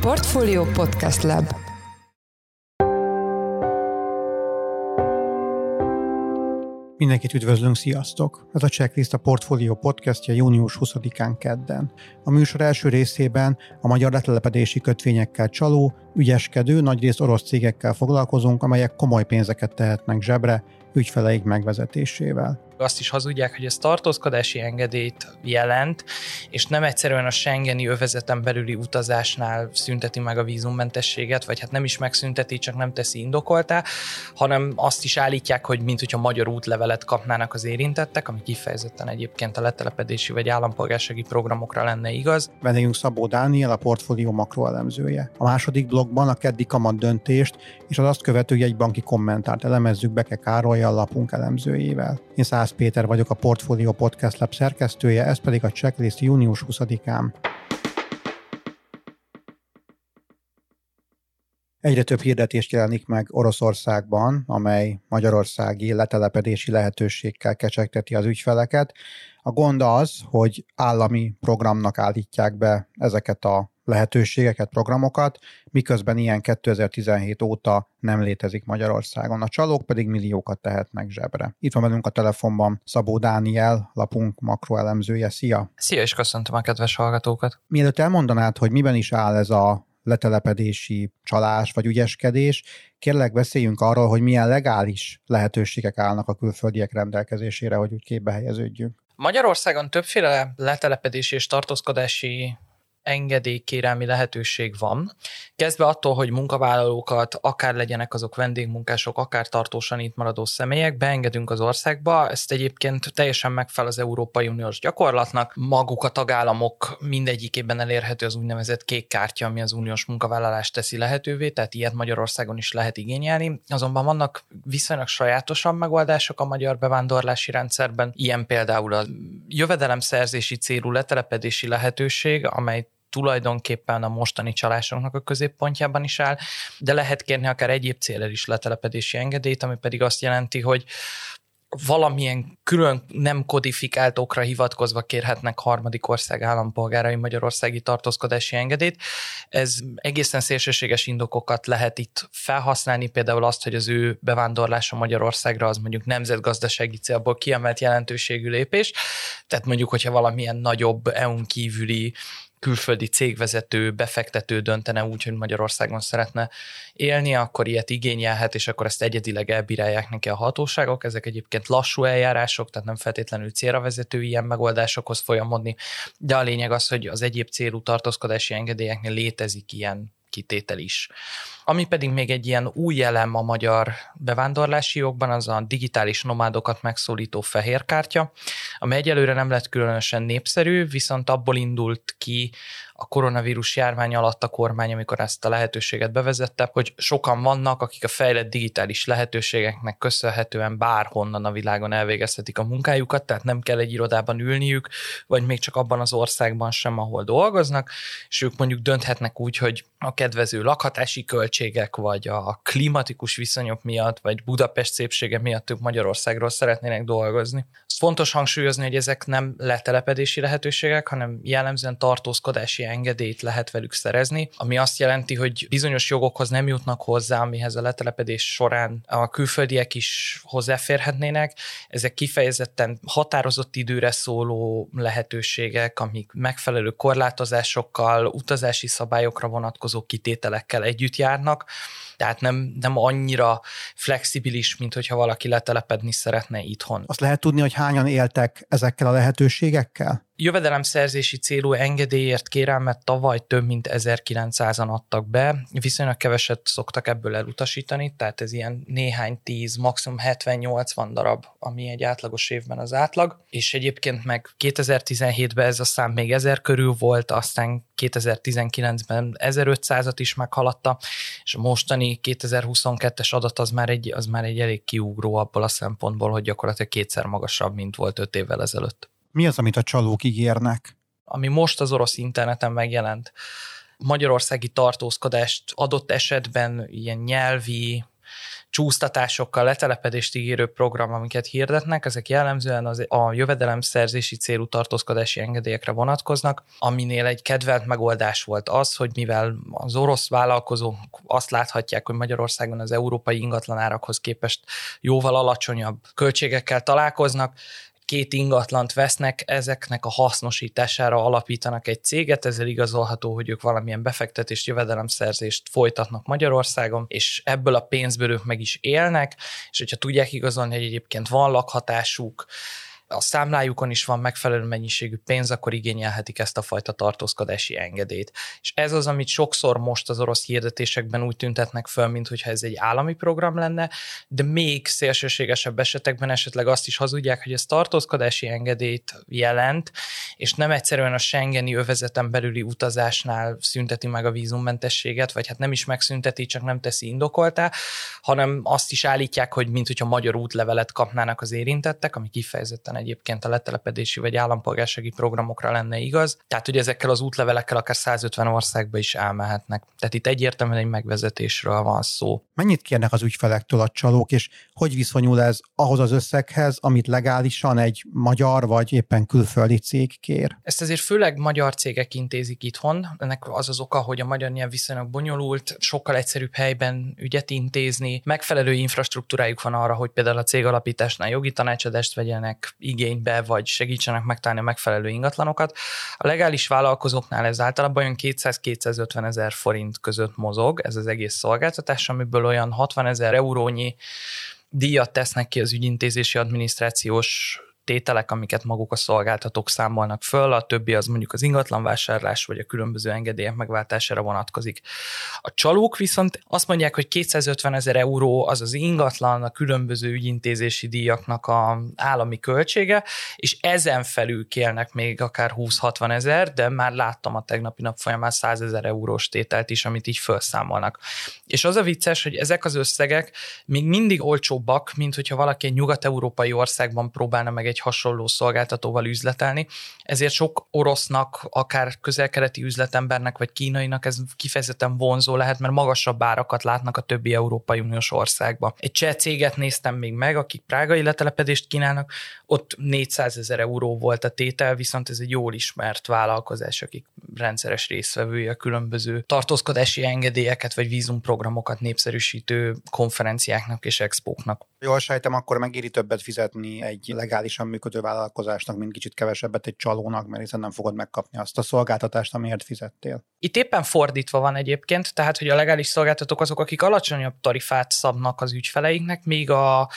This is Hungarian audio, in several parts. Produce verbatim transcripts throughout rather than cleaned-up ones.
Portfolio Podcast Lab. Mindenkit üdvözlünk, sziasztok! Ez a Checklist a Portfolio podcastja június huszadikán kedden. A műsor első részében a magyar letelepedési kötvényekkel csaló, ügyeskedő, nagyrészt orosz cégekkel foglalkozunk, amelyek komoly pénzeket tehetnek zsebre ügyfeleik megvezetésével. Azt is hazudják, hogy ez tartózkodási engedélyt jelent, és nem egyszerűen a schengeni övezeten belüli utazásnál szünteti meg a vízummentességet, vagy hát nem is megszünteti, csak nem teszi indokoltá, hanem azt is állítják, hogy mint hogyha magyar útlevelet kapnának az érintettek, ami kifejezetten egyébként a letelepedési vagy állampolgársági programokra lenne igaz. Vendégünk Szabó Dániel, a Portfolio makroelemzője. A második blogban a keddi kamat döntést és az azt követő jegybanki kommentárt elemezzük Beke Károlyal, lapunk elemzőjével. Én Szász Péter vagyok, a Portfolio Podcast Lab szerkesztője, ez pedig a Checklist június huszadikán. Egyre több hirdetés jelenik meg Oroszországban, amely magyarországi letelepedési lehetőségkel kecsegteti az ügyfeleket. A gond az, hogy állami programnak állítják be ezeket a lehetőségeket, programokat, miközben ilyen kétezer-tizenhét óta nem létezik Magyarországon. A csalók pedig milliókat tehetnek zsebre. Itt van velünk a telefonban Szabó Dániel, lapunk makroelemzője. Szia! Szia, és köszöntöm a kedves hallgatókat! Mielőtt elmondanád, hogy miben is áll ez a letelepedési csalás vagy ügyeskedés, kérlek beszéljünk arról, hogy milyen legális lehetőségek állnak a külföldiek rendelkezésére, hogy úgy képbe helyeződjünk. Magyarországon többféle letelepedési és tartózkodási engedélykérelmi lehetőség van. Kezdve attól, hogy munkavállalókat, akár legyenek azok vendégmunkások, akár tartósan itt maradó személyek, beengedünk az országba. Ezt egyébként teljesen megfelel az Európai Uniós gyakorlatnak. Maguk a tagállamok mindegyikében elérhető az úgynevezett kék kártya, ami az uniós munkavállalást teszi lehetővé, tehát ilyet Magyarországon is lehet igényelni. Azonban vannak viszonylag sajátosabb megoldások a magyar bevándorlási rendszerben. Ilyen például a jövedelemszerzési célú letelepedési lehetőség, amely tulajdonképpen a mostani csalásoknak a középpontjában is áll, de lehet kérni akár egyéb célra is letelepedési engedélyt, ami pedig azt jelenti, hogy valamilyen külön nem kodifikált okra hivatkozva kérhetnek harmadik ország állampolgárai magyarországi tartózkodási engedélyt. Ez egészen szélsőséges indokokat lehet itt felhasználni, például azt, hogy az ő bevándorlása Magyarországra az mondjuk nemzetgazdasági célból kiemelt jelentőségű lépés, tehát mondjuk, hogyha valamilyen nagyobb é u-n kívüli külföldi cégvezető, befektető döntene úgy, hogy Magyarországon szeretne élni, akkor ilyet igényelhet, és akkor ezt egyedileg elbírálják neki a hatóságok. Ezek egyébként lassú eljárások, tehát nem feltétlenül célra vezető ilyen megoldásokhoz folyamodni, de a lényeg az, hogy az egyéb célú tartózkodási engedélyeknél létezik ilyen kitétel is. Ami pedig még egy ilyen új elem a magyar bevándorlási jogban, az a digitális nomádokat megszólító fehér kártya, ami egyelőre nem lett különösen népszerű, viszont abból indult ki a koronavírus járvány alatt a kormány, amikor ezt a lehetőséget bevezette, hogy sokan vannak, akik a fejlett digitális lehetőségeknek köszönhetően bárhonnan a világon elvégezhetik a munkájukat, tehát nem kell egy irodában ülniük, vagy még csak abban az országban sem, ahol dolgoznak, és ők mondjuk dönthetnek úgy, hogy a kedvező lakhatási költségek, vagy a klimatikus viszonyok miatt, vagy Budapest szépsége miatt ők Magyarországról szeretnének dolgozni. Azt fontos hangsúlyozni, hogy ezek nem letelepedési lehetőségek, hanem jellemzően tartózkodási engedélyt lehet velük szerezni, ami azt jelenti, hogy bizonyos jogokhoz nem jutnak hozzá, amihez a letelepedés során a külföldiek is hozzáférhetnének. Ezek kifejezetten határozott időre szóló lehetőségek, amik megfelelő korlátozásokkal, utazási szabályokra vonatkozó kitételekkel együtt járnak, tehát nem, nem annyira flexibilis, mint hogyha valaki letelepedni szeretne itthon. Azt lehet tudni, hogy hányan éltek ezekkel a lehetőségekkel? Jövedelemszerzési célú engedélyért kérelmet tavaly több mint ezerkilencszázan adtak be, viszonylag keveset szoktak ebből elutasítani, tehát ez ilyen néhány tíz, maximum hetven-nyolcvan darab, ami egy átlagos évben az átlag, és egyébként meg kétezer-tizenhétben ez a szám még ezer körül volt, aztán kétezer-tizenkilencben ezerötszázat is meghaladta, és a mostani kétezer-huszonkettes adat az már egy, az már egy elég kiugró abból a szempontból, hogy gyakorlatilag kétszer magasabb, mint volt öt évvel ezelőtt. Mi az, amit a csalók ígérnek? Ami most az orosz interneten megjelent. Magyarországi tartózkodást adott esetben ilyen nyelvi, csúsztatásokkal letelepedést ígérő program, amiket hirdetnek, ezek jellemzően az a jövedelemszerzési célú tartózkodási engedélyekre vonatkoznak, aminél egy kedvelt megoldás volt az, hogy mivel az orosz vállalkozók azt láthatják, hogy Magyarországon az európai ingatlanárakhoz képest jóval alacsonyabb költségekkel találkoznak, két ingatlant vesznek, ezeknek a hasznosítására alapítanak egy céget, ezzel igazolható, hogy ők valamilyen befektetést, jövedelemszerzést folytatnak Magyarországon, és ebből a pénzből ők meg is élnek, és hogyha tudják igazolni, hogy egyébként van lakhatásuk, a számlájukon is van megfelelő mennyiségű pénz, akkor igényelhetik ezt a fajta tartózkodási engedélyt. És ez az, amit sokszor most az orosz hirdetésekben úgy tüntetnek föl, mintha ez egy állami program lenne, de még szélsőségesebb esetekben esetleg azt is hazudják, hogy ez tartózkodási engedélyt jelent, és nem egyszerűen a schengeni övezeten belüli utazásnál szünteti meg a vízummentességet, vagy hát nem is megszünteti, csak nem teszi indokoltá, hanem azt is állítják, hogy mintha magyar útlevelet kapnának az érintettek, ami kifejezetten egyébként a letelepedési vagy állampolgársági programokra lenne igaz. Tehát, hogy ezekkel az útlevelekkel akár százötven országba is elmehetnek. Tehát itt egyértelműen egy megvezetésről van szó. Mennyit kérnek az ügyfelektől a csalók, és hogy viszonyul ez ahhoz az összeghez, amit legálisan egy magyar vagy éppen külföldi cég kér? Ezt azért főleg magyar cégek intézik itthon. Ennek az az oka, hogy a magyar nyelv viszonylag bonyolult, sokkal egyszerűbb helyben ügyet intézni, megfelelő infrastruktúrájuk van arra, hogy például a cégalapításnál jogi tanácsadást vegyenek igénybe, vagy segítsenek megtalálni a megfelelő ingatlanokat. A legális vállalkozóknál ez általában olyan kétszáz-kétszázötven ezer forint között mozog, ez az egész szolgáltatás, amiből olyan hatvan ezer eurónyi díjat tesznek ki az ügyintézési adminisztrációs tételek, amiket maguk a szolgáltatók számolnak föl, a többi az mondjuk az ingatlanvásárlás vagy a különböző engedélyek megváltására vonatkozik. A csalók viszont azt mondják, hogy kétszázötven ezer euró az az ingatlan, a különböző ügyintézési díjaknak a állami költsége, és ezen felül kérnek még akár húsz-hatvan ezer, de már láttam a tegnapi nap folyamán százezer eurós tételt is, amit így felszámolnak. És az a vicces, hogy ezek az összegek még mindig olcsóbbak, mint hogyha valaki egy nyugat-európai országban próbálna meg egy hasonló szolgáltatóval üzletelni, ezért sok orosznak, akár közel-keleti üzletembernek, vagy kínainak ez kifejezetten vonzó lehet, mert magasabb árakat látnak a többi Európai Uniós országba. Egy cseh céget néztem még meg, akik prágai letelepedést kínálnak, ott négyszázezer euró volt a tétel, viszont ez egy jól ismert vállalkozás, akik rendszeres résztvevői a különböző tartózkodási engedélyeket, vagy vízumprogramokat népszerűsítő konferenciáknak és expóknak. Jól sejtem, akkor megéri többet fizetni egy legálisan működő vállalkozásnak, mint kicsit kevesebbet egy csalónak, mert hiszen nem fogod megkapni azt a szolgáltatást, amiért fizettél. Itt éppen fordítva van egyébként, tehát hogy a legális szolgáltatók azok, akik alacsonyabb tarifát szabnak az ügyfeleiknek, míg a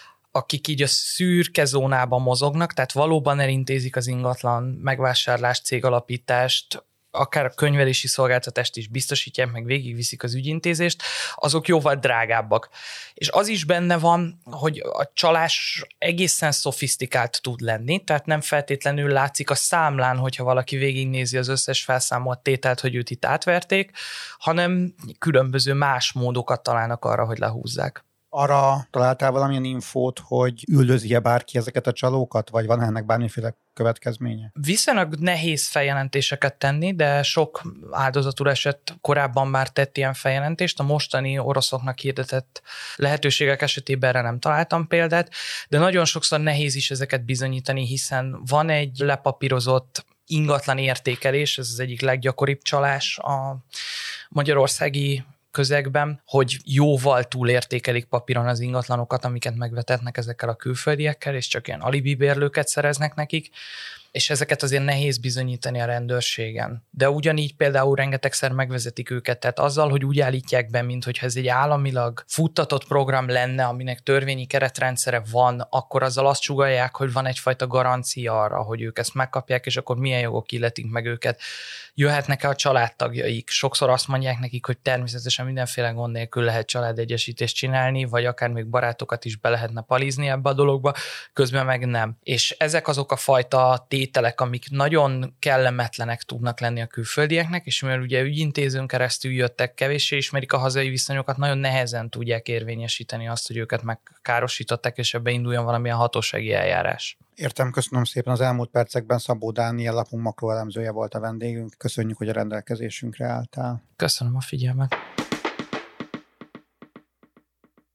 akik így a szürke zónában mozognak, tehát valóban elintézik az ingatlan megvásárlást, cégalapítást, akár a könyvelési szolgáltatást is biztosítják, meg végigviszik az ügyintézést, azok jóval drágábbak. És az is benne van, hogy a csalás egészen szofisztikált tud lenni, tehát nem feltétlenül látszik a számlán, hogyha valaki végignézi az összes felszámolt tételt, hogy őt itt átverték, hanem különböző más módokat találnak arra, hogy lehúzzák. Arra találtál valamilyen infót, hogy üldözi-e bárki ezeket a csalókat, vagy van ennek bármiféle következménye? Viszonylag nehéz feljelentéseket tenni, de sok áldozatul esett korábban már tett ilyen feljelentést. A mostani oroszoknak hirdetett lehetőségek esetében erre nem találtam példát, de nagyon sokszor nehéz is ezeket bizonyítani, hiszen van egy lepapírozott ingatlan értékelés, ez az egyik leggyakoribb csalás a magyarországi közegben, hogy jóval túlértékelik papíron az ingatlanokat, amiket megvetetnek ezekkel a külföldiekkel, és csak ilyen alibi bérlőket szereznek nekik, és ezeket azért nehéz bizonyítani a rendőrségen. De ugyanígy például rengetegszer megvezetik őket, tehát azzal, hogy úgy állítják be, mintha ez egy államilag futtatott program lenne, aminek törvényi keretrendszere van, akkor azzal azt sugallják, hogy van egyfajta garancia arra, hogy ők ezt megkapják, és akkor milyen jogok illetik meg őket. Jöhetnek-e a családtagjaik? Sokszor azt mondják nekik, hogy természetesen mindenféle gond nélkül lehet családegyesítést csinálni, vagy akár még barátokat is be lehetne palizni ebbe a dologba, közben meg nem. És ezek azok a fajta tételek, amik nagyon kellemetlenek tudnak lenni a külföldieknek, és mivel ugye ügyintézőn keresztül jöttek, kevéssé ismerik a hazai viszonyokat, nagyon nehezen tudják érvényesíteni azt, hogy őket megkárosították, és ebbe induljon valamilyen hatósági eljárás. Értem, köszönöm szépen. Az elmúlt percekben Szabó Dániel, lapunk makroelemzője volt a vendégünk. Köszönjük, hogy a rendelkezésünkre álltál. Köszönöm a figyelmet.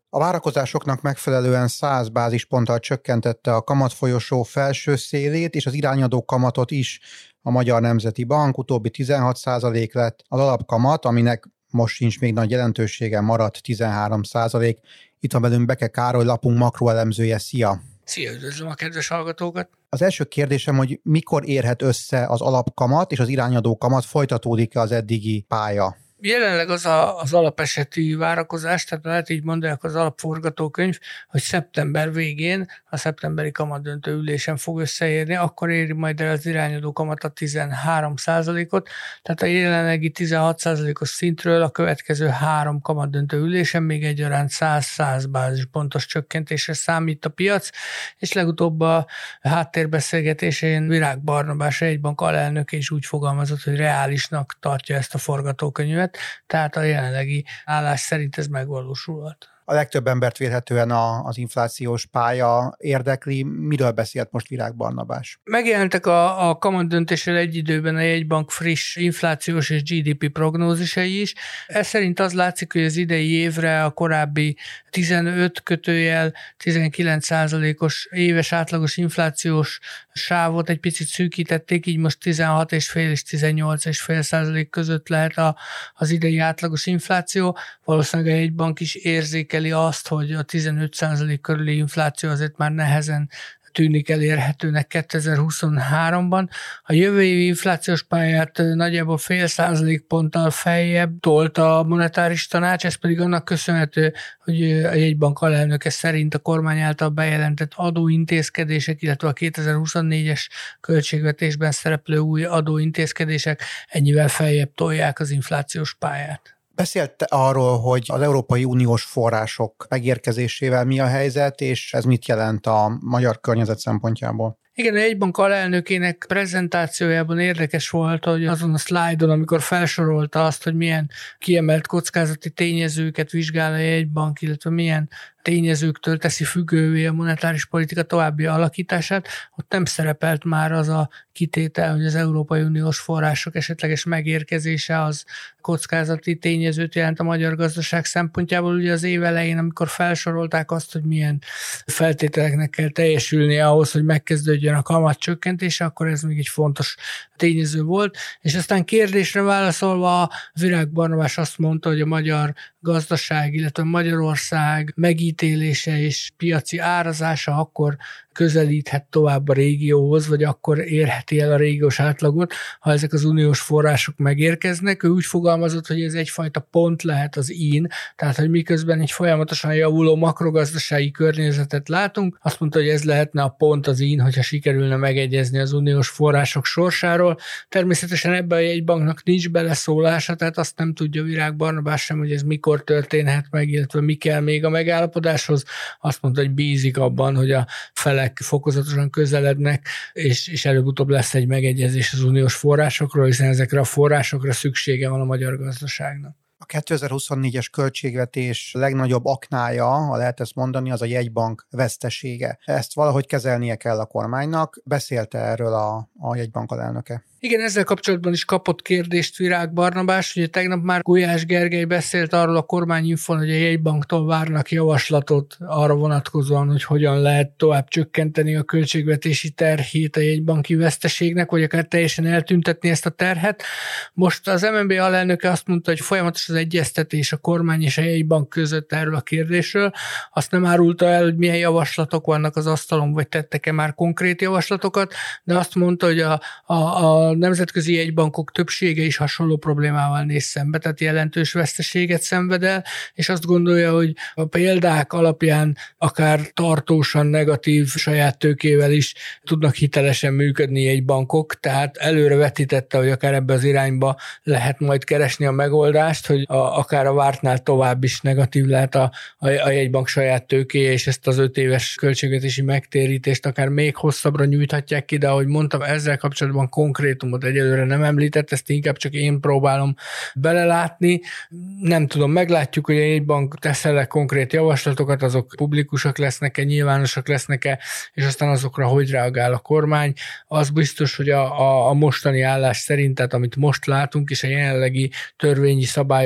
A várakozásoknak megfelelően száz bázisponttal csökkentette a kamatfolyosó felső szélét, és az irányadó kamatot is a Magyar Nemzeti Bank, utóbbi tizenhat százalék lett, az alapkamat, aminek most sincs még nagy jelentősége, maradt tizenhárom százalék. Itt van velünk Beke Károly, lapunk makroelemzője. Szia! Szia, üdvözlöm a kedves hallgatókat! Az első kérdésem, hogy mikor érhet össze az alapkamat és az irányadó kamat, folytatódik-e az eddigi pálya? Jelenleg az a, az alapesetű várakozás, tehát lehet így mondani, az alapforgatókönyv, hogy szeptember végén, a szeptemberi kamatdöntő ülésen fog összeérni, akkor éri majd el az irányadó kamat a tizenhárom százalékot, tehát a jelenlegi tizenhat százalékos szintről a következő három kamatdöntő ülésen még egyaránt száz-száz bázispontos csökkentésre számít a piac, és legutóbb a háttérbeszélgetésén Virág Barnabás, a jegybank alelnöke is úgy fogalmazott, hogy reálisnak tartja ezt a forgatókönyvet, tehát a jelenlegi állás szerint ez megvalósulhat. A legtöbb embert vélhetően a, az inflációs pálya érdekli. Miről beszélt most Virág Barnabás? Megjelentek a, a kamatdöntéssel egy időben a jegybank friss inflációs és gé dé pé prognózisai is. Ez szerint az látszik, hogy az idei évre a korábbi tizenöt kötőjel tizenkilenc százalékos éves átlagos inflációs sávot egy picit szűkítették, így most tizenhat egész öt és tizennyolc egész öt százalék között lehet a, az idei átlagos infláció. Valószínűleg a jegybank is érzékel azt, hogy a tizenöt százalék körüli infláció azért már nehezen tűnik elérhetőnek kétezer-huszonháromban. A jövő évi inflációs pályát nagyjából fél százalékponttal feljebb tolta a monetáris tanács, ez pedig annak köszönhető, hogy a jegybank alelnöke szerint a kormány által bejelentett adóintézkedések, illetve a kétezer-huszonnégyes költségvetésben szereplő új adóintézkedések ennyivel feljebb tolják az inflációs pályát. Beszélt arról, hogy az Európai Uniós források megérkezésével mi a helyzet, és ez mit jelent a magyar környezet szempontjából? Igen, a jegybank alelnökének prezentációjában érdekes volt, hogy azon a szlájdon, amikor felsorolta azt, hogy milyen kiemelt kockázati tényezőket vizsgál a jegybank, illetve milyen tényezőktől teszi függővé a monetáris politika további alakítását, ott nem szerepelt már az a kitétel, hogy az Európai Uniós források esetleges megérkezése az kockázati tényezőt jelent a magyar gazdaság szempontjából. Ugye az év elején, amikor felsorolták azt, hogy milyen feltételeknek kell teljesülnie ahhoz, hogy megkezdődjön a kamatcsökkentése, akkor ez még egy fontos tényező volt, és aztán kérdésre válaszolva a Virág Barnabás azt mondta, hogy a magyar gazdaság, illetve Magyarország megítélése és piaci árazása akkor közelíthet tovább a régióhoz, vagy akkor érheti el a régiós átlagot, ha ezek az uniós források megérkeznek. Ő úgy fogalmazott, hogy ez egyfajta pont lehet az ín, tehát hogy miközben egy folyamatosan javuló makrogazdasági környezetet látunk, azt mondta, hogy ez lehetne a pont az ín, hogyha sikerülne megegyezni az uniós források sorsáról. Természetesen ebben a jegybanknak nincs beleszólása, tehát azt nem tudja Virág Barnabás sem, hogy ez mikor történhet meg, illetve mi kell még a megállapodáshoz. Azt mondta, hogy bízik abban, hogy a felek fokozatosan közelednek, és, és előbb-utóbb lesz egy megegyezés az uniós forrásokról, hiszen ezekre a forrásokra szüksége van a magyar gazdaságnak. A kétezer-huszonnégyes költségvetés legnagyobb aknája, ha lehet ezt mondani, az a jegybank vesztesége. Ezt valahogy kezelnie kell a kormánynak. Beszélte erről a, a jegybank alelnöke? Igen, ezzel kapcsolatban is kapott kérdést Virág Barnabás. Ugye tegnap már Gulyás Gergely beszélt arról a kormányinfon, hogy a jegybanktól várnak javaslatot arra vonatkozóan, hogy hogyan lehet tovább csökkenteni a költségvetési terhét a jegybanki veszteségnek, vagy akár teljesen eltüntetni ezt a terhet. Most az em en bé alelnöke azt mondta, hogy folyamatos az egyeztetés a kormány és a jegybank között erről a kérdésről. Azt nem árulta el, hogy milyen javaslatok vannak az asztalon, vagy tettek-e már konkrét javaslatokat, de azt mondta, hogy a, a, a A nemzetközi jegybankok többsége is hasonló problémával néz szembe, tehát jelentős veszteséget szenved el, és azt gondolja, hogy a példák alapján akár tartósan negatív saját tőkével is tudnak hitelesen működni jegybankok, tehát előre vetítette, hogy akár ebbe az irányba lehet majd keresni a megoldást, hogy a, akár a vártnál tovább is negatív lehet a, a, a jegybank saját tőkéje, és ezt az öt éves költségvetési megtérítést akár még hosszabbra nyújthatják ki, de ahogy mondtam, ezzel kapcsolatban konkrét egyelőre nem említett, ezt inkább csak én próbálom belelátni. Nem tudom, meglátjuk, hogy a jegybank teszel-e konkrét javaslatokat, azok publikusak lesznek-e, nyilvánosak lesznek-e, és aztán azokra hogy reagál a kormány. Az biztos, hogy a, a, a mostani állás szerint, tehát amit most látunk, és a jelenlegi törvényi szabályok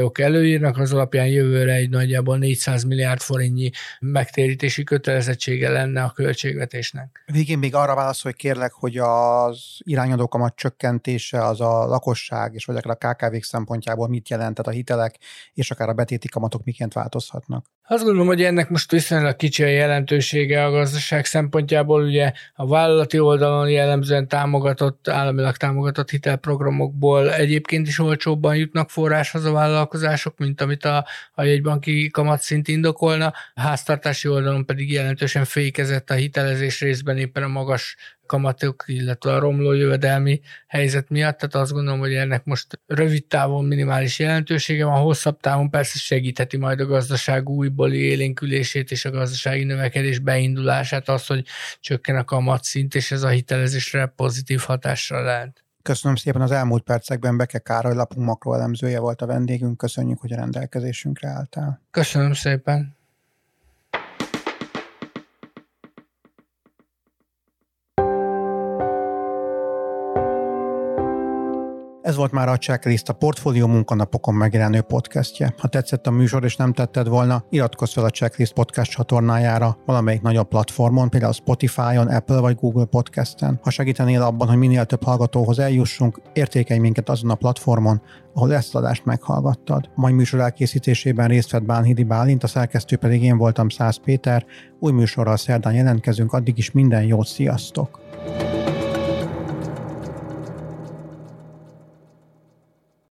szabályok előírnak, az alapján jövőre egy nagyjából négyszáz milliárd forintnyi megtérítési kötelezettsége lenne a költségvetésnek. Végén még arra válaszolj kérlek, hogy az irányadókamat csökkentése az a lakosság és vagy akár a ká ká vék szempontjából mit jelent, tehát a hitelek és akár a betéti kamatok miként változhatnak? Azt gondolom, hogy ennek most viszonylag kicsi a jelentősége a gazdaság szempontjából. Ugye a vállalati oldalon jellemzően támogatott, államilag támogatott hitelprogramokból egyébként is olcsóbban jutnak forráshoz a vállalkozások, mint amit a, a jegybanki kamatszint indokolna. A háztartási oldalon pedig jelentősen fékezett a hitelezés részben éppen a magas kamatok, illetve a romló jövedelmi helyzet miatt, tehát azt gondolom, hogy ennek most rövid távon minimális jelentősége van, hosszabb távon persze segítheti majd a gazdaság újbóli élénkülését és a gazdasági növekedés beindulását, az, hogy csökken a kamatszint, és ez a hitelezésre pozitív hatással lehet. Köszönöm szépen, az elmúlt percekben Beke Károly lapunk makroelemzője volt a vendégünk, köszönjük, hogy a rendelkezésünkre álltál. Köszönöm szépen. Ez volt már a Checklist, a Portfólió munkanapokon megjelenő podcastje. Ha tetszett a műsor és nem tetted volna, iratkozz fel a Checklist podcast csatornájára valamelyik nagyobb platformon, például Spotify-on, Apple vagy Google Podcasten. Ha segítenél abban, hogy minél több hallgatóhoz eljussunk, értékelj minket azon a platformon, ahol ezt az adást meghallgattad. A mai műsor elkészítésében részt vett Bánhidi Bálint, a szerkesztő pedig én voltam, Szász Péter. Új műsorral szerdán jelentkezünk, addig is minden jót, sziasztok!